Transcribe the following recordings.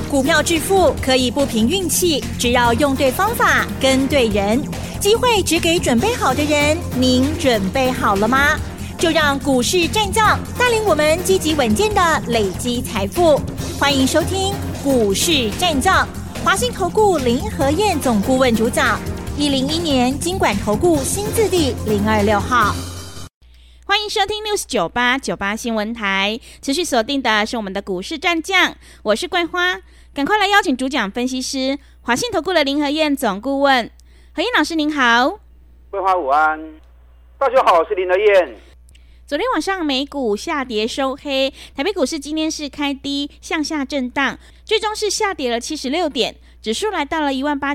股票致富可以不凭运气，只要用对方法、跟对人。机会只给准备好的人，您准备好了吗？就让股市战将带领我们积极稳健的累积财富。欢迎收听股市战将，华信投顾林和彥总顾问主讲，101年金管投顾新字第026号。 欢迎收听 News98 新闻台，持续锁定的是我们的股市战将，我是桂花，赶快来邀请主讲分析师华信投顾的林和彥总顾问，和彥老师您好。 桂花午安，大家好，我是林和彥。 昨天晚上美股下跌收黑，台北股市今天是开低向下震荡，最终是下跌了76点，指数来到了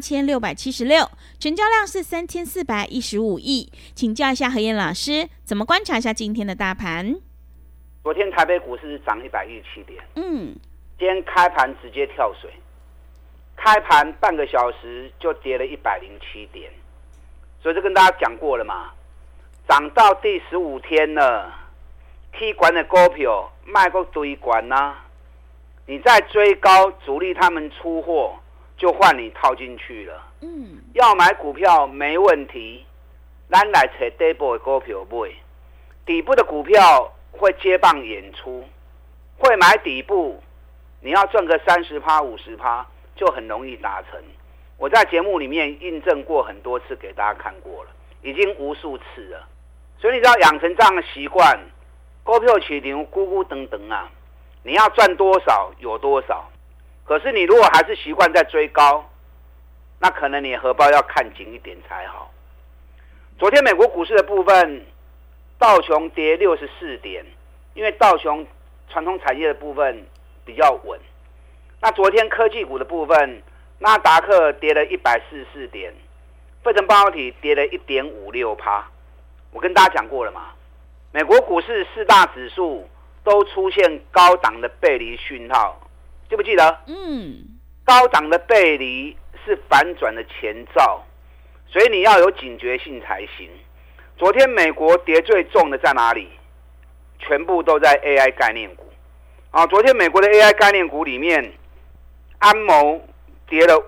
18676，成交量是3415亿。请教一下和彥老师，怎么观察一下今天的大盘？ 昨天台北股市涨117点， 今天开盘直接跳水，开盘半个小时就跌了107点，所以就跟大家讲过了嘛。涨到第15天了，起管的股票卖过堆管啊，你再追高，主力他们出货就换你套进去了。要买股票没问题，咱来找底部的股票买，底部的股票会接棒演出，会买底部，你要赚个30%、50%就很容易达成。我在节目里面印证过很多次，给大家看过了，已经无数次了。所以你只要养成这样的习惯，股票市场咕咕等等啊，你要赚多少有多少。可是你如果还是习惯在追高，那可能你荷包要看紧一点才好。昨天美国股市的部分，道琼跌64点，因为道琼传统产业的部分比较稳。那昨天科技股的部分，纳达克跌了144点，费城半导体跌了 1.56%。我跟大家讲过了嘛，美国股市4大指数都出现高档的背离讯号，记不记得？高档的背离是反转的前兆，所以你要有警觉性才行。昨天美国跌最重的在哪里？全部都在 AI 概念股。昨天美国的 AI 概念股里面，安谋跌了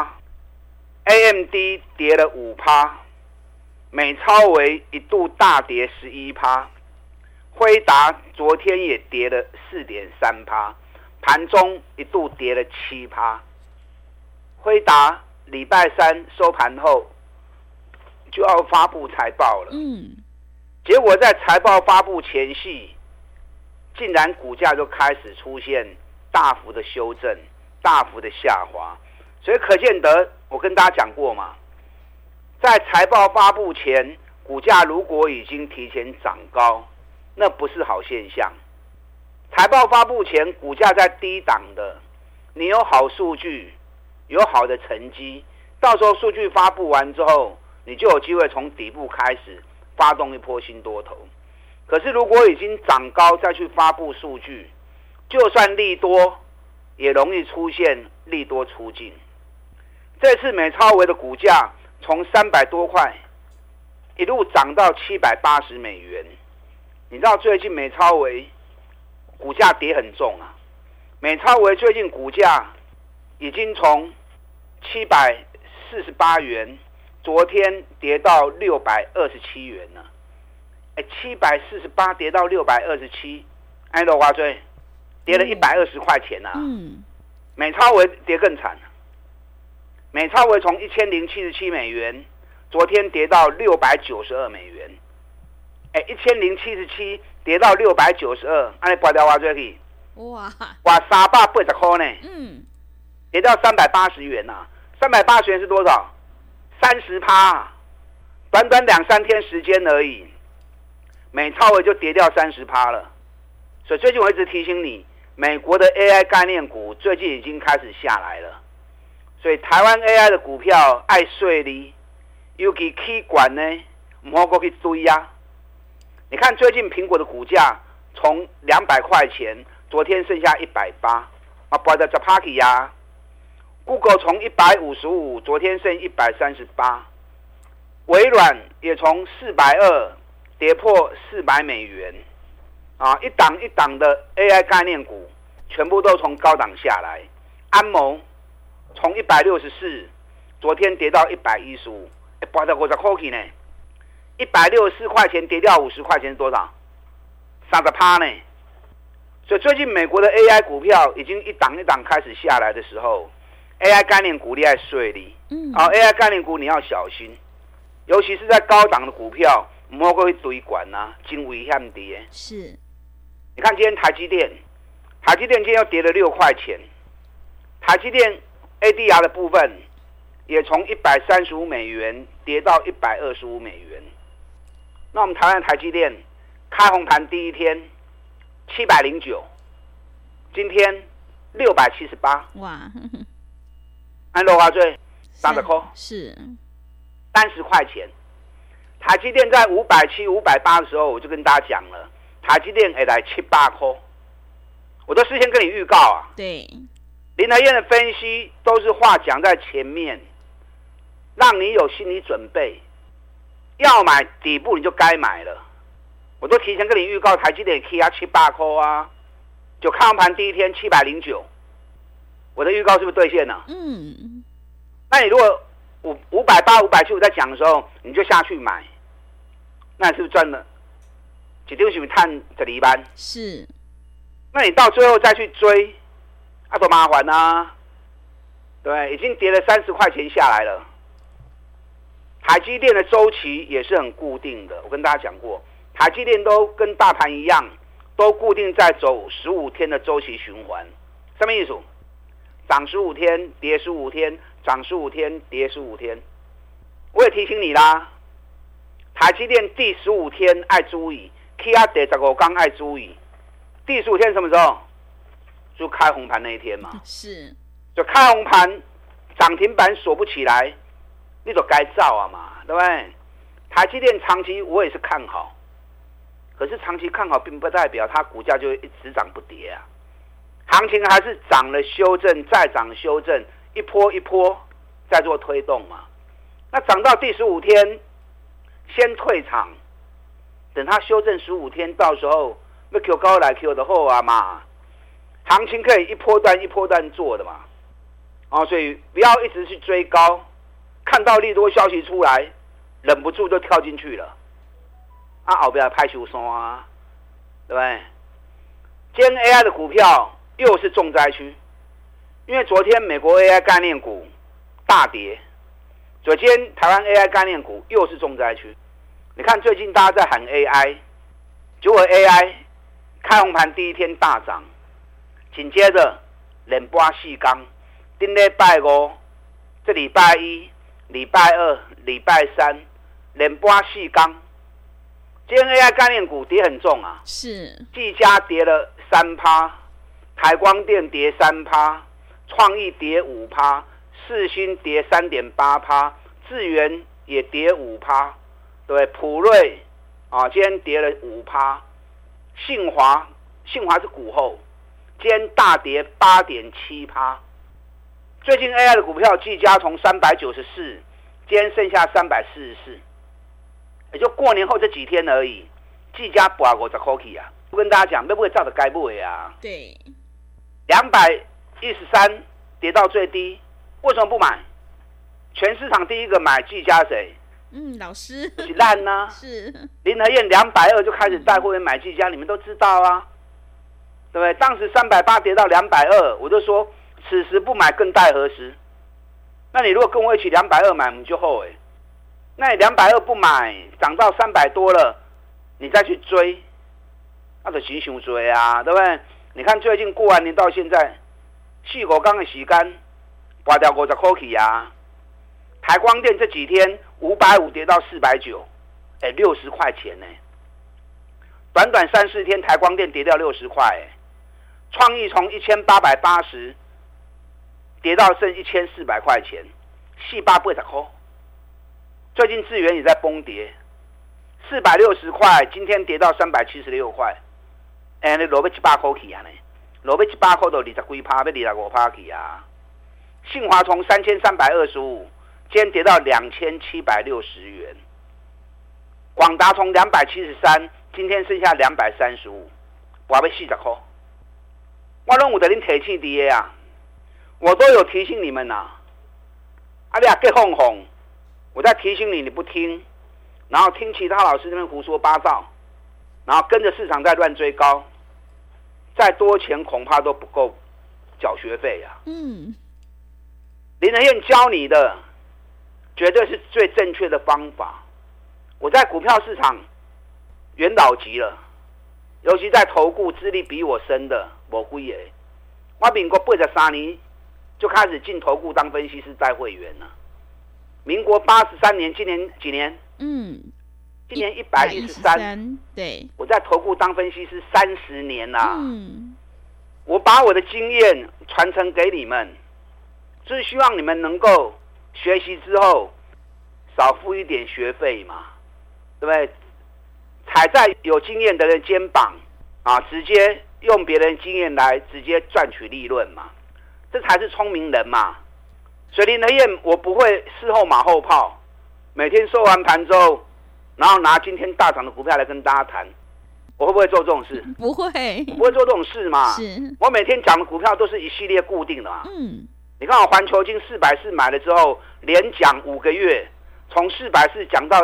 5%，AMD 跌了 5%。美超微一度大跌11%，辉达昨天也跌了 4.3%， 盘中一度跌了7%。辉达礼拜三收盘后就要发布财报了，结果在财报发布前夕，竟然股价就开始出现大幅的修正、大幅的下滑，所以可见得我跟大家讲过嘛。在财报发布前，股价如果已经提前涨高，那不是好现象。财报发布前，股价在低档的，你有好数据，有好的成绩，到时候数据发布完之后，你就有机会从底部开始发动一波新多头。可是如果已经涨高再去发布数据，就算利多，也容易出现利多出尽。这次美超微的股价从300多块一路涨到780美元，你知道最近美超微股价跌很重啊。美超微最近股价已经从748元，昨天跌到627元了。748跌到627，哎，多少最跌了120块钱啊。美超微跌更惨。美超微从1077美元，昨天跌到692美元。1077跌到692，按你拔掉多少去？哇380块呢？跌到380元啊！380元是多少？30%，短短2-3天时间而已，美超微就跌掉30%了。所以最近我一直提醒你，美国的 AI 概念股最近已经开始下来了。所以台湾 AI 的股票爱税哩，尤其起管呢，唔好过去追啊！你看最近苹果的股价从200块钱，昨天剩下180，不得จะ趴起呀。Google 从155，昨天剩138，微软也从420跌破400美元，一档一档的 AI 概念股全部都从高档下来。 安谋从164，昨天跌到115，跌到50块钱呢。164块钱跌掉50块钱是多少？30%呢。所以最近美国的 AI 股票已经一档一档开始下来的时候 ，AI 概念股你要水利，AI 概念股你要小心，尤其是在高档的股票，唔好去追管啊，真危险的。 是， 你看今天台积电今天又跌了6块钱，台积电 ADR 的部分也从135美元跌到125美元。那我们台湾的台积电开红盘第一天709，今天678， 哇， 按落花最30块， 是 30块钱。台积电在570、580的时候，我就跟大家讲了，台积电会来7-8块，我都事先跟你预告啊。 对， 林和燕的分析都是话讲在前面，让你有心理准备，要买底部你就该买了。我都提前跟你预告，台积电可以要7-8块啊，就开盘第一天709，我的预告是不是兑现了？那你如果580、570我在讲的时候，你就下去买，那你是不是赚了？一张是不是赚12万？ 是。 那你到最后再去追，多麻烦啊！对，已经跌了30块钱下来了。台积电的周期也是很固定的，我跟大家讲过，台积电都跟大盘一样，都固定在走15天的周期循环。什么意思？涨15天，跌15天，涨15天，跌15天。我也提醒你啦，台积电第15天爱注意，起啊第15天爱注意。第15天什么时候？就开红盘那一天嘛。 是。 就开红盘，涨停板锁不起来，你就该造啊嘛，对不对？台积电长期我也是看好，可是长期看好并不代表它股价就一直涨不跌啊。行情还是涨了修正，再涨修正，一波一波在做推动嘛。那涨到第15天，先退场，等它修正15天，到时候要 Q 高来 Q 的后啊嘛。行情可以一波段一波段做的嘛。所以不要一直去追高，看到利多消息出来，忍不住就跳进去了。后边拍手山啊，对不对？今天 AI 的股票又是重灾区，因为昨天美国 AI 概念股大跌，所以今天台湾 AI 概念股又是重灾区。你看最近大家在喊 AI， 结果 AI 开红盘第一天大涨，紧接着连播4天，顶礼拜5、这礼拜1、礼拜2、礼拜3，连播4天。今天 AI 概念股跌很重啊， 是技嘉跌了3%，台光电跌3%，创意跌5%，世芯跌3.8%，智原也跌5%，对，普瑞今天跌了5%，信华是股后，今天大跌8.7%。最近 AI 的股票，技嘉从394，今天剩下344。也就过年后这几天而已，技嘉拔50块去啊！我跟大家讲，要不会照着该买啊？对，213跌到最低，为什么不买？全市场第一个买技嘉谁？ 老师是烂呢、啊。 是林和燕220就开始带会员买技嘉，你们都知道啊，对不对？当时380跌到220，我就说此时不买更待何时？那你如果跟我一起220买，你就后悔。那你220不买，涨到300多了，你再去追，那就行想追啊，对不对？你看最近过完年到现在，4、5天的时间，拔掉50块去啊。台光电这几天550跌到490， 60块钱呢。短短3、4天，台光电跌掉60块，创意从1880跌到剩1400块钱，480块。最近智原也在崩跌，460块，今天跌到376块，你落要100块去啊呢？落要100块就20几%，要25%去啊。信华从3325，今天跌到2760元。广达从273，今天剩下235，我要40块。我拢有得恁提醒伫个啊。 我都有提醒你们呐。你还给哄哄，我在提醒你，你不听，然后听其他老师那边胡说八道，然后跟着市场在乱追高，再多钱恐怕都不够缴学费啊。林和彥教你的绝对是最正确的方法。我在股票市场元老级了，尤其在投顾资历比我深的没几个。我民国83年就开始进投顾当分析师带会员了。民国83年，今年几年？今年113。 对， 我在投顾当分析师30年啦。我把我的经验传承给你们，就是希望你们能够学习之后少付一点学费嘛，对不对？踩在有经验的人肩膀啊，直接用别人经验来直接赚取利润嘛，这才是聪明人嘛。所以林和彥我不会事后马后炮，每天收完盘之后，然后拿今天大涨的股票来跟大家谈，我会不会做这种事？ 不会， 我不会做这种事嘛。 是， 我每天讲的股票都是一系列固定的嘛。你看我环球金440买了之后，连讲5个月，从440讲到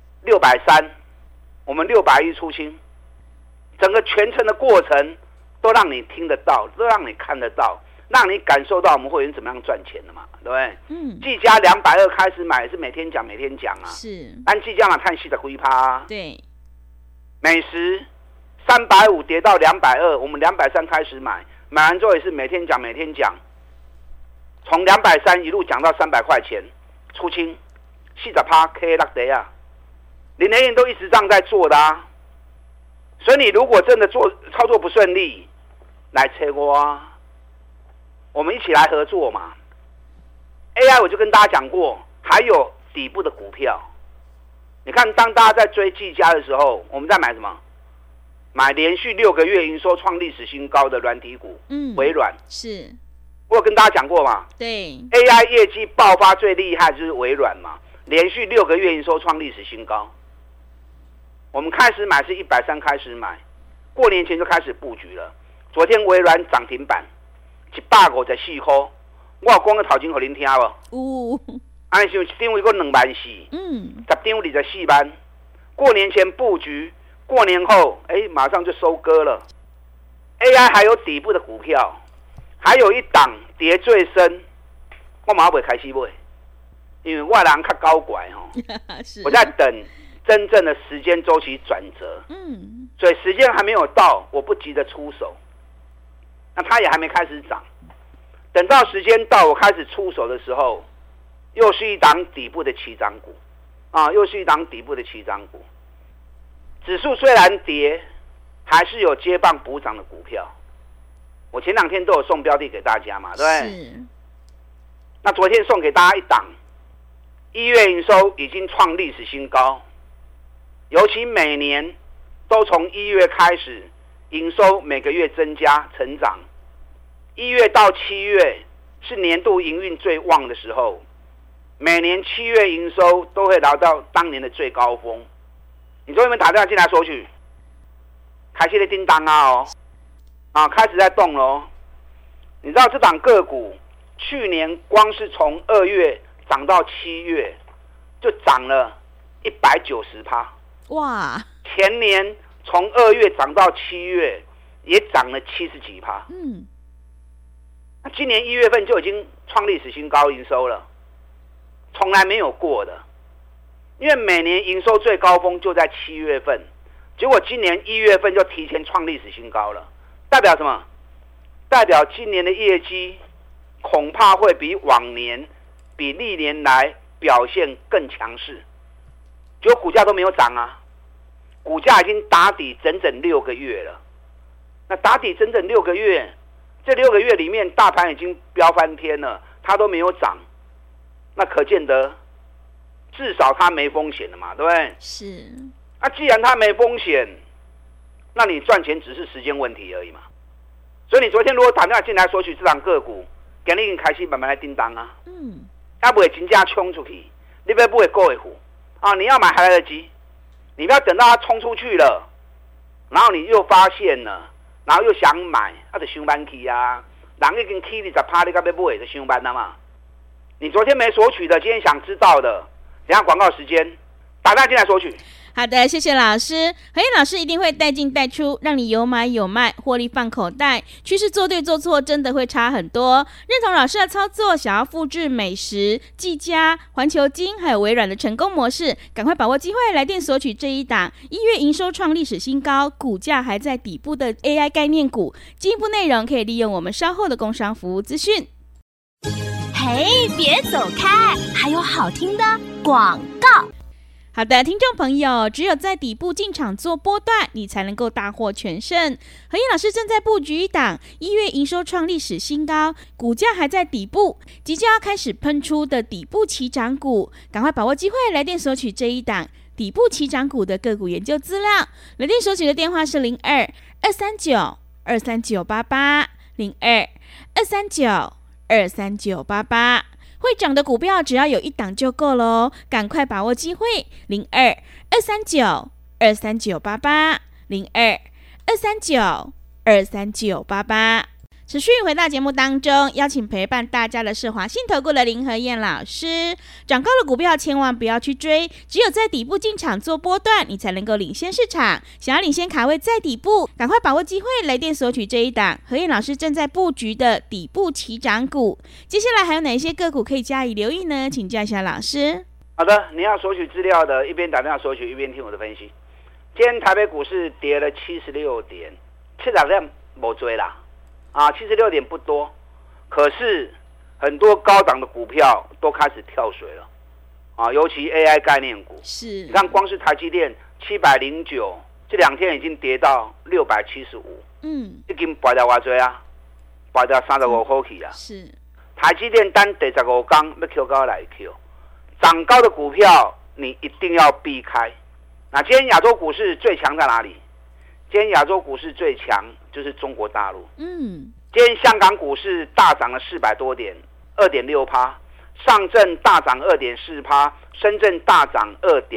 630，我们610出清，整个全程的过程都让你听得到，都让你看得到，让你感受到我们会员怎么样赚钱的嘛，对不对？技嘉220开始买是每天讲啊， 是， 但技嘉嘛看戏的归趴， 对， 美食350跌到220，我们230开始买，买完之后也是每天讲，从230一路讲到300块钱，出清40%， K 6跌啊，林和彥都一直这样在做的啊。所以你如果真的操作不顺利，来催我啊，我们一起来合作嘛。AI 我就跟大家讲过，还有底部的股票。你看，当大家在追技嘉的时候，我们在买什么？买连续6个月营收创历史新高的软体股，微软。 是， 我有跟大家讲过嘛？ 对 ，AI 业绩爆发最厉害就是微软嘛，连续6个月营收创历史新高。我们开始买是130开始买，过年前就开始布局了。昨天微软涨停板154块，我有讲个头前给您听无？安尼是一张一个2万4，10张24万。过年前布局，过年后马上就收割了。AI 还有底部的股票，还有一档跌最深，我马上不会开始买，因为我人较高拐我在等真正的时间周期转折，所以时间还没有到，我不急着出手。那它也还没开始涨，等到时间到，我开始出手的时候，又是一档底部的起涨股啊，又是一档底部的起涨股。指数虽然跌，还是有接棒补涨的股票。我前2天都有送标的给大家嘛，对不对？是。那昨天送给大家一档，1月营收已经创历史新高。尤其每年都从1月开始，营收每个月增加成长。1月到7月是年度营运最旺的时候，每年7月营收都会达到当年的最高峰。你昨天们打电话进来索取，开始的叮当开始在动咯。你知道这档个股去年光是从2月涨到7月，就涨了190%。 哇！ 前年从2月涨到7月，也涨了70几%。那今年1月份就已经创历史新高营收了，从来没有过的。因为每年营收最高峰就在7月份，结果今年1月份就提前创历史新高了，代表什么？代表今年的业绩恐怕会比往年、比历年来表现更强势。结果股价都没有涨啊，股价已经打底整整6个月了。那打底整整6个月，这6个月里面大盘已经飙翻天了，它都没有涨，那可见得至少它没风险了嘛，对不对？ 是。 那既然它没风险，那你赚钱只是时间问题而已嘛。所以你昨天如果打电话进来索取这档个股，今日已经开始慢慢来叮当啊。它不会真正冲出去，你不会够会付啊！你要买还来得及，你不要等到它冲出去了，然后你又发现了，然后又想买，就伤慢去啊！ 人已经起20%，你敢要买就上班了嘛？你昨天没索取的，今天想知道的，等一下广告时间打电话进来索取。 好的，谢谢老师。和燕老师一定会带进带出，让你有买有卖，获利放口袋。趋势做对做错真的会差很多。认同老师的操作，想要复制美食、技嘉、环球金还有微软的成功模式，赶快把握机会，来电索取这一档1月营收创历史新高，股价还在底部的 AI 概念股。进一步内容可以利用我们稍后的工商服务资讯。 嘿，别走开，还有好听的广告。 好的，听众朋友，只有在底部进场做波段，你才能够大获全胜。和燕老师正在布局一档1月营收创历史新高，股价还在底部，即将要开始喷出的底部起涨股，赶快把握机会，来电索取这一档底部起涨股的个股研究资料。来电索取的电话是02-239-23988，02-239-23988。会涨的股票只要有一档就够了哦，赶快把握机会，02-239-23988，02-239-23988。持续回到节目当中，邀请陪伴大家的是华信投顾的林和燕老师。涨高的股票千万不要去追，只有在底部进场做波段，你才能够领先市场。想要领先卡位在底部，赶快把握机会，来电索取这一档和燕老师正在布局的底部起涨股。接下来还有哪些个股可以加以留意呢？请教一下老师。 好的，你要索取资料的，一边打电话索取，一边听我的分析。今天台北股市跌了76点，70点没追啦。76点不多，可是很多高档的股票都开始跳水了尤其 AI 概念股。 是， 你看光是台积电709，这2天已经跌到675，已经跌到多少啊？跌到35块去啊！ 是， 台积电单第15天要 Q 高来 Q， 涨高的股票你一定要避开。那今天亚洲股市最强在哪里？今天亚洲股市最强就是中国大陆。今天香港股市大涨了400多点 2.6%， 上证大涨 2.4%， 深圳大涨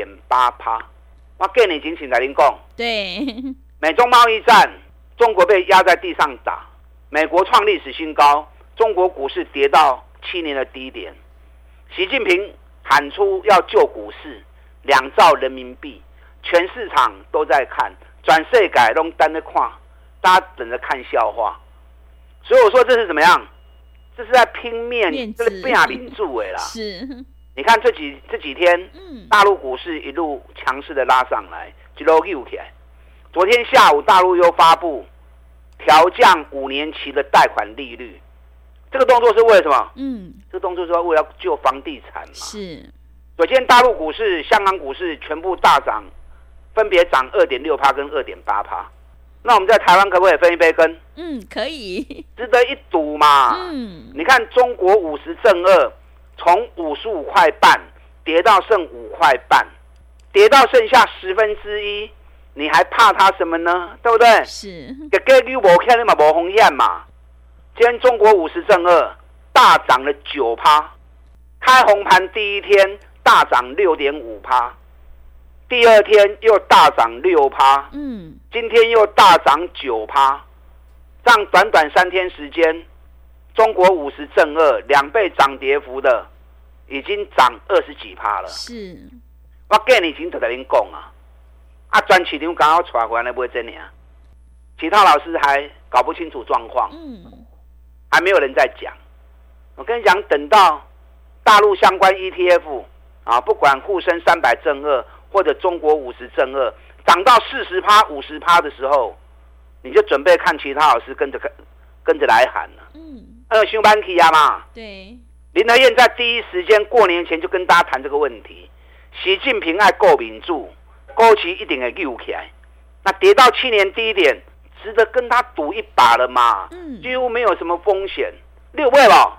2.8%。我跟你警醒来您讲， 对， 美中贸易战，中国被压在地上打，美国创历史新高，中国股市跌到7年的低点。习近平喊出要救股市2兆人民币，全市场都在看。转世界都等着看，大家等着看笑话。所以我说这是怎么样？这是在拼面，这是拼领住的啦。 是， 你看这几天，大陆股市一路强势的拉上来，一路溜起来。昨天下午大陆又发布调降5年期的贷款利率，这个动作是为了什么？这个动作是为了救房地产嘛。 是。 昨天大陆股市、香港股市全部大涨。分别涨 2.6% 跟 2.8%， 那我们在台湾可不可以分一杯羹？ 可以， 值得一赌嘛。你看中国50正2从55块半跌到剩5块半，跌到剩下1/10，你还怕它什么呢？对不对？ 是。 给概率没看你嘛没风险嘛。今天中国50正2大涨了 9%， 开红盘第一天大涨 6.5%。第二天又大涨 6%， 今天又大涨 9%， 这样短短3天时间，中国50正2 2倍涨跌幅的，已经涨20几%了。 是， 我跟你已经在跟你讲全市场刚好传回来不会真的其他老师还搞不清楚状况，还没有人在讲。我跟你讲，等到大陆相关 ETF 不管沪深300正2。或者中国50正2涨到40%、50%的时候，你就准备看其他老师跟着来喊了。上班去嘛。 对。 林和燕在第一时间过年前就跟大家谈这个问题。习近平爱顾民主，股市一定会溜起来。那跌到7年低点，值得跟他赌一把了嘛？几乎没有什么风险。你有买无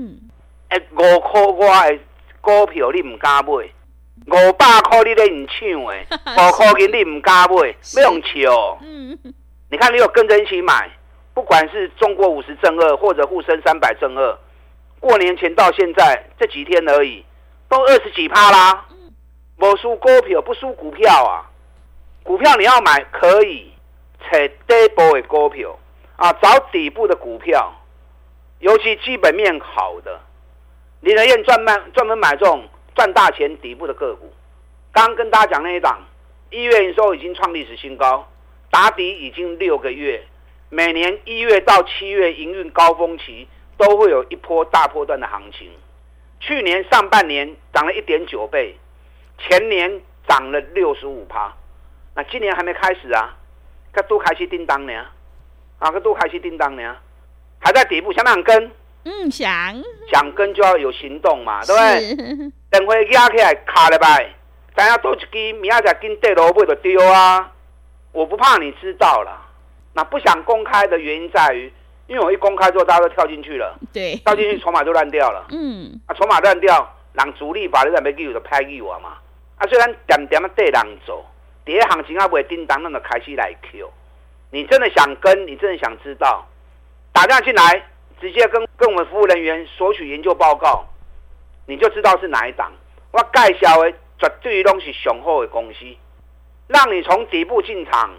？5块外的股票你唔敢买。500块你咧唔抢诶，5块钱你唔敢买，要用笑。你看你有跟着一起买，不管是中国50正2或者沪深300正2，过年前到现在这几天而已，都20几%啦。没输股票不输股票啊，股票你要买可以，找底部的股票找底部的股票， 尤其基本面好的，林和彥专门买这种赚大钱底部的个股。刚刚跟大家讲那一档，1月营收已经创历史新高，打底已经6个月，每年1月到7月营运高峰期都会有一波大波段的行情。去年上半年涨了 1.9 倍，前年涨了 65%， 那今年还没开始啊，它都开始叮当呢，它都开始叮当呢，还在底部，想不想跟？想跟就要有行动嘛，对不对？等会压起来卡了吧，大家都一支，明仔载跟跌落尾就丢啊！我不怕你知道了，那不想公开的原因在于，因为我一公开之后，大家都跳进去了， 对， 跳进去筹码就乱掉了，筹码乱掉，人主力法律上没给就拍给我嘛，所以咱点点的对人走，第一行情还未叮当，那么开始来 Q， 你真的想跟，你真的想知道，打电话进来，直接跟我们服务人员索取研究报告，你就知道是哪一档。我介绍的绝对都是上好的公司，让你从底部进场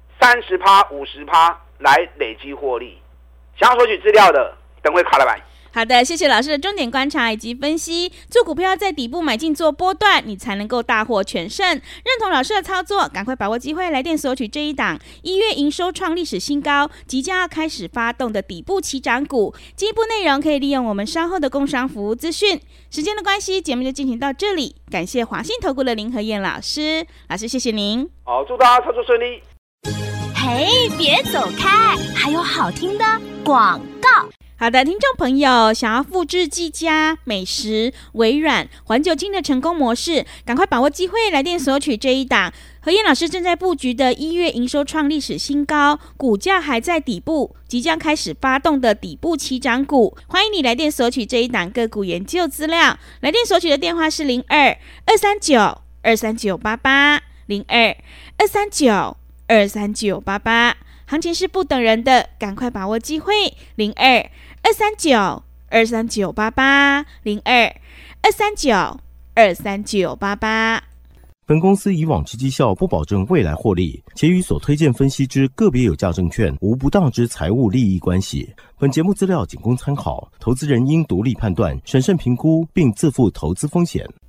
30%、50%来累积获利。想要索取资料的，等会卡了来。 好的，谢谢老师的重点观察以及分析。做股票在底部买进做波段，你才能够大获全胜。认同老师的操作，赶快把握机会，来电索取这一档1月营收创历史新高，即将要开始发动的底部起涨股。进一步内容可以利用我们稍后的工商服务资讯。时间的关系，节目就进行到这里。感谢华信投顾的林和彥老师，老师谢谢您。 好，祝大家操作顺利。 嘿，别走开，还有好听的广告。 好的，听众朋友，想要复制技嘉、美食、微软、环球晶的成功模式，赶快把握机会，来电索取这一档和彥老师正在布局的1月营收创历史新高，股价还在底部，即将开始发动的底部起涨股。欢迎你来电索取这一档个股研究资料，来电索取的电话是02-239-23988 02-239-23988。行情是不等人的，赶快把握机会，02-239-23988 02-239-23988。 本公司以往之绩效不保证未来获利，且与所推荐分析之个别有价证券无不当之财务利益关系。本节目资料仅供参考，投资人应独立判断、审慎评估，并自负投资风险。